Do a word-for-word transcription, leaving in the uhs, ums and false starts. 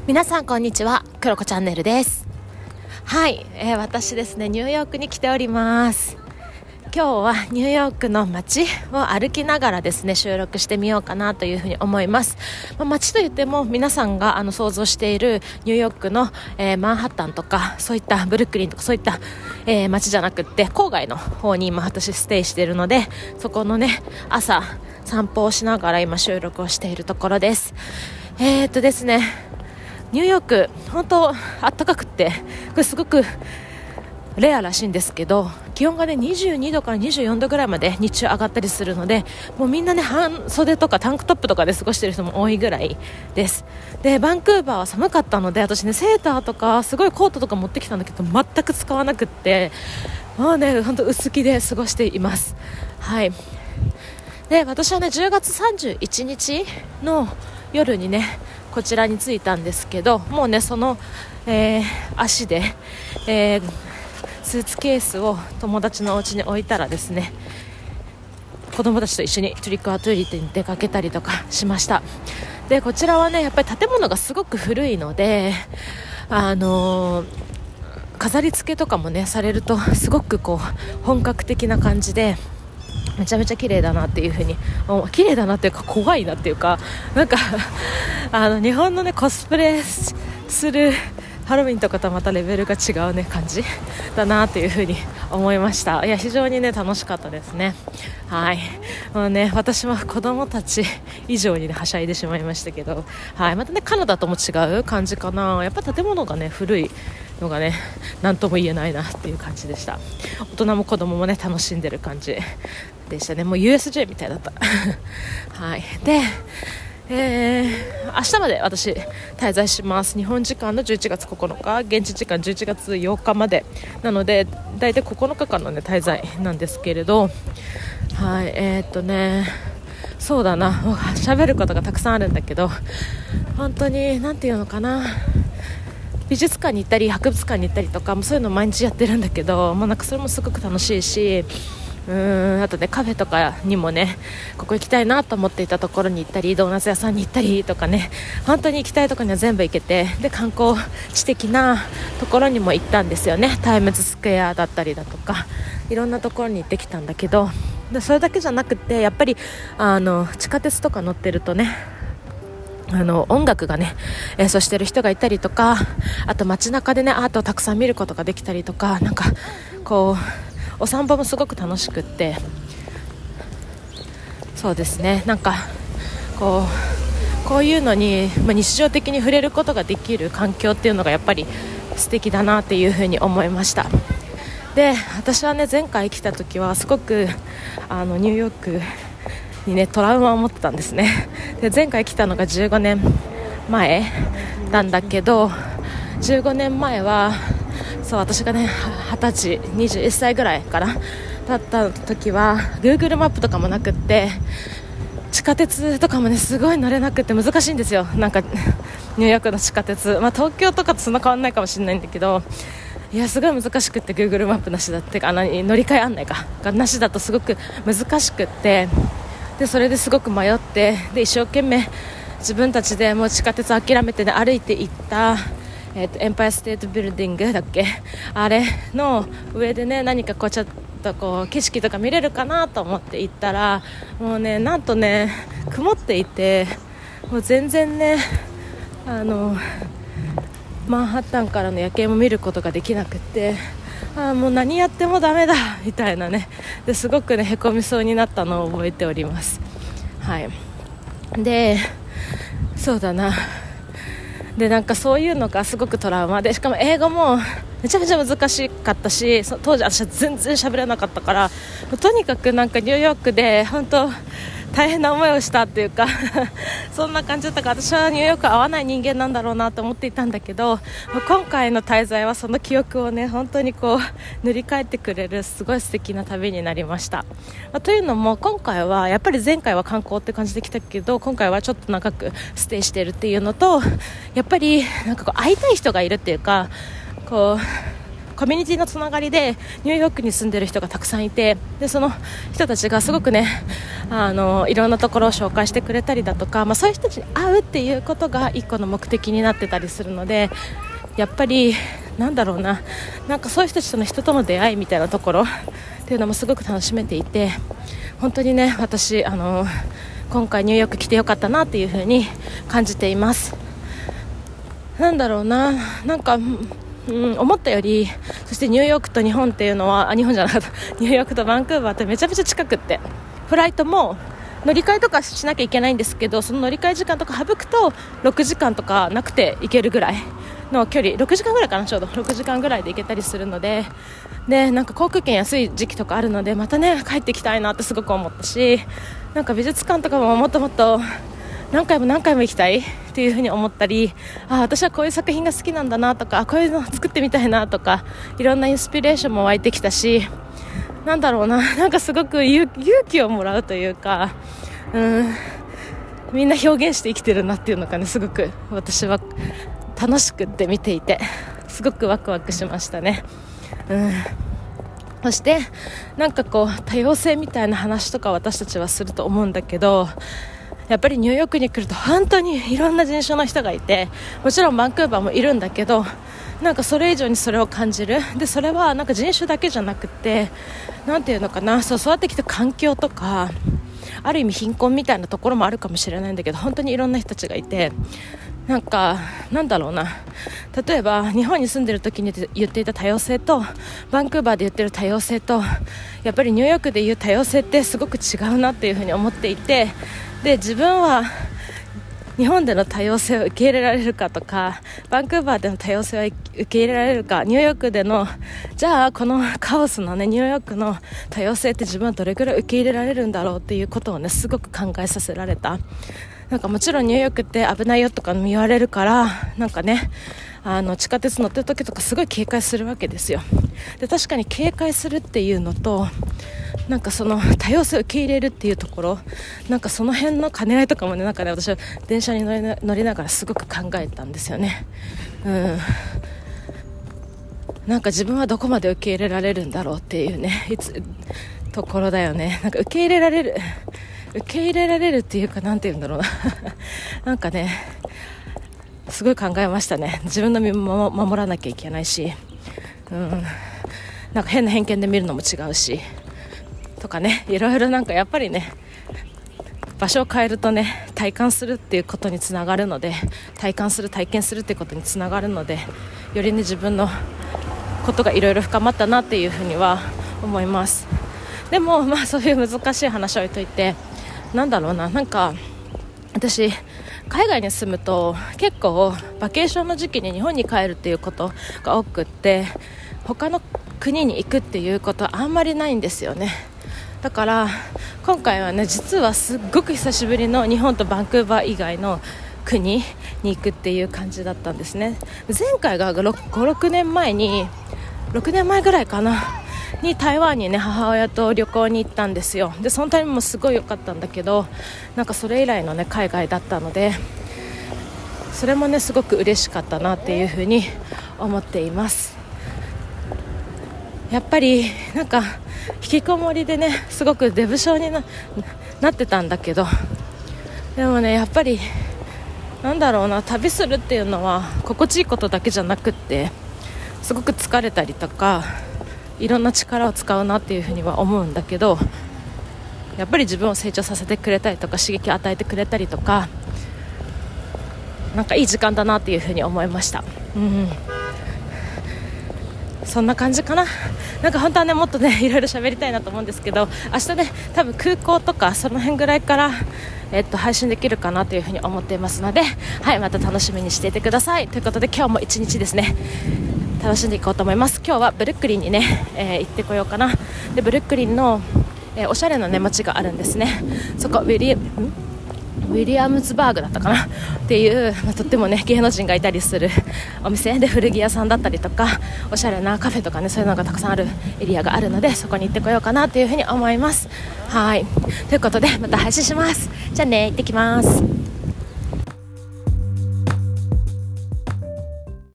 皆さんこんにちは、クロコチャンネルです。はい、えー、私ですねニューヨークに来ております。今日はニューヨークの街を歩きながらですね収録してみようかなというふうに思います。まあ、街といっても皆さんがあの想像しているニューヨークの、えー、マンハッタンとかそういったブルックリンとかそういった、えー、街じゃなくって郊外の方に今私ステイしているので、そこのね朝散歩をしながら今収録をしているところです。えー、っとですねニューヨーク本当暖かくってこれすごくレアらしいんですけど、気温がねにじゅうにどからにじゅうよんどぐらいまで日中上がったりするので、もうみんなね半袖とかタンクトップとかで過ごしている人も多いぐらいです。でバンクーバーは寒かったので私ねセーターとかすごいコートとか持ってきたんだけど全く使わなくって、もうね本当薄着で過ごしています。はい。で私はねじゅうがつさんじゅういちにちの夜にねこちらに着いたんですけど、もうねその、えー、足で、えー、スーツケースを友達のお家に置いたらですね、子供たちと一緒にトゥリックアトリートに出かけたりとかしました。でこちらはねやっぱり建物がすごく古いので、あのー、飾り付けとかもねされるとすごくこう本格的な感じでめちゃめちゃ綺麗だなっていう風に綺麗だなっていうか怖いなっていうか、なんかあの日本のねコスプレするハロウィンとかとまたレベルが違うね感じだなっていう風に思いました。いや非常にね楽しかったですね。はい。もうね私は子供たち以上にねはしゃいでしまいましたけど、はい。またねカナダとも違う感じかな。やっぱ建物がね古いのがね何とも言えないなっていう感じでした。大人も子供もね楽しんでる感じでしたね。もう ユーエスジェー みたいだったはい。でえー、明日まで私滞在します。日本時間のじゅういちがつここのか、現地時間じゅういちがつようかまでなのでだいたいここのかかんの、ね、滞在なんですけれど、はい。えー、っとねそうだな、喋ることがたくさんあるんだけど、本当になんていうのかな、美術館に行ったり博物館に行ったりとかもそういうの毎日やってるんだけど、もうなんかそれもすごく楽しいし、うーんあとねカフェとかにもねここ行きたいなと思っていたところに行ったり、ドーナツ屋さんに行ったりとかね、本当に行きたいところには全部行けて、で観光地的なところにも行ったんですよね。タイムズスクエアだったりだとかいろんなところに行ってきたんだけど、でそれだけじゃなくてやっぱりあの地下鉄とか乗ってるとねあの音楽がね演奏してる人がいたりとか、あと街中でねアートをたくさん見ることができたりとか、なんかこうお散歩もすごく楽しくって、そうですね、なんかこうこういうのに、まあ、日常的に触れることができる環境っていうのがやっぱり素敵だなっていうふうに思いました。で私はね前回来た時はすごくあのニューヨークにねトラウマを持ってたんですね。で前回来たのがじゅうごねんまえなんだけど、じゅうごねんまえはそう私がねはたちにじゅういっさいぐらいからだった時は Google マップとかもなくって、地下鉄とかもねすごい乗れなくって難しいんですよ。なんかニューヨークの地下鉄、まあ、東京とかとそんな変わらないかもしれないんだけど、いやすごい難しくって、 Google マップなしだってかあの乗り換え案内かがなしだとすごく難しくって、でそれですごく迷って、で一生懸命自分たちでもう地下鉄諦めて、ね、歩いて行ったえー、とエンパイアステートビルディングだっけ、あれの上でね何かこうちょっとこう景色とか見れるかなと思って行ったら、もうねなんとね曇っていて、もう全然ねあのマンハッタンからの夜景も見ることができなくて、あもう何やってもダメだみたいなね、ですごくねへこみそうになったのを覚えております。はい。でそうだな、でなんかそういうのがすごくトラウマで、しかも英語もめちゃめちゃ難しかったし、そ当時私は全然喋れなかったから、とにかくなんかニューヨークで本当大変な思いをしたっていうかそんな感じだったから、私はニューヨーク合わない人間なんだろうなと思っていたんだけど、今回の滞在はその記憶をね本当にこう塗り替えてくれるすごい素敵な旅になりました。まあ、というのも今回はやっぱり前回は観光って感じで来たけど、今回はちょっと長くステイしているっていうのと、やっぱりなんかこう会いたい人がいるっていうか、こうコミュニティのつながりでニューヨークに住んでる人がたくさんいて、でその人たちがすごくねあのいろんなところを紹介してくれたりだとか、まあ、そういう人たちに会うっていうことが一個の目的になってたりするので、やっぱりなんだろうな、なんかそういう人たちとの人との出会いみたいなところっていうのもすごく楽しめていて、本当にね私あの今回ニューヨーク来てよかったなっていう風に感じています。なんだろうな、なんか、うん、思ったより、そしてニューヨークと日本っていうのはあ日本じゃなかったニューヨークとバンクーバーってめちゃめちゃ近くって、フライトも乗り換えとかしなきゃいけないんですけど、その乗り換え時間とか省くとろくじかんとかなくて行けるぐらいの距離、ろくじかんぐらいかな、ちょうどろくじかんぐらいで行けたりするので、でなんか航空券安い時期とかあるので、またね帰ってきたいなってすごく思ったし、なんか美術館とかももっともっと何回も何回も行きたいっていう風に思ったり、あ私はこういう作品が好きなんだなとか、こういうの作ってみたいなとか、いろんなインスピレーションも湧いてきたし、なんだろうな、なんかすごく勇気をもらうというか、うんみんな表現して生きてるなっていうのがね、すごく私は楽しくって見ていてすごくワクワクしましたね。うんそしてなんかこう多様性みたいな話とか私たちはすると思うんだけど、やっぱりニューヨークに来ると本当にいろんな人種の人がいて、もちろんバンクーバーもいるんだけど、なんかそれ以上にそれを感じる。でそれはなんか人種だけじゃなくて、なんていうのかな、そう育ってきた環境とか、ある意味貧困みたいなところもあるかもしれないんだけど、本当にいろんな人たちがいて、なんかなんだろうな、例えば日本に住んでる時に言っていた多様性とバンクーバーで言ってる多様性と、やっぱりニューヨークで言う多様性ってすごく違うなっていうふうに思っていて、で自分は日本での多様性を受け入れられるかとか、バンクーバーでの多様性を受け入れられるか、ニューヨークでのじゃあこのカオスのねニューヨークの多様性って自分はどれくらい受け入れられるんだろうっていうことをねすごく考えさせられた。なんかもちろんニューヨークって危ないよとか言われるから、なんかねあの地下鉄乗ってる時とかすごい警戒するわけですよ。で確かに警戒するっていうのと、なんかその多様性を受け入れるっていうところ、なんかその辺の兼ね合いとかもね、なんかね私は電車に乗りな、乗りながらすごく考えたんですよね。うんなんか自分はどこまで受け入れられるんだろうっていうね、いつところだよね。なんか受け入れられる受け入れられるっていうか、なんて言うんだろうななんかねすごい考えましたね。自分の身も守らなきゃいけないし、うん、なんか変な偏見で見るのも違うしとかね、いろいろなんかやっぱりね場所を変えるとね体感するっていうことにつながるので、体感する体験するっていうことにつながるので、よりね自分のことがいろいろ深まったなっていうふうには思います。でもまあそういう難しい話を置いといて、なんだろうな、なんか私海外に住むと結構バケーションの時期に日本に帰るっていうことが多くって、他の国に行くっていうことはあんまりないんですよね。だから今回はね実はすっごく久しぶりの日本とバンクーバー以外の国に行くっていう感じだったんですね。前回がご、ろくねんまえにろくねんまえぐらいかなに台湾にね母親と旅行に行ったんですよ。でそのタイミングもすごい良かったんだけど、なんかそれ以来のね海外だったので、それもねすごく嬉しかったなっていうふうに思っています。やっぱりなんか引きこもりでねすごくデブ症に な, なってたんだけど、でもねやっぱりなんだろうな、旅するっていうのは心地いいことだけじゃなくって、すごく疲れたりとかいろんな力を使うなっていうふうには思うんだけど、やっぱり自分を成長させてくれたりとか刺激を与えてくれたりとか、なんかいい時間だなっていうふうに思いました。うんそんな感じかな。なんか本当はねもっとねいろいろ喋りたいなと思うんですけど、明日ね多分空港とかその辺ぐらいから、えっと、配信できるかなというふうに思っていますので、はいまた楽しみにしていてください。ということで今日も一日ですね楽しんでいこうと思います。今日はブルックリンにね、えー、行ってこようかな。でブルックリンの、えー、おしゃれなね街があるんですね。そこウィリんウィリアムズバーグだったかなっていう、まあ、とってもね芸能人がいたりするお店で、古着屋さんだったりとかおしゃれなカフェとかね、そういうのがたくさんあるエリアがあるので、そこに行ってこようかなというふうに思います。はいということでまた配信します。じゃあね行ってきます。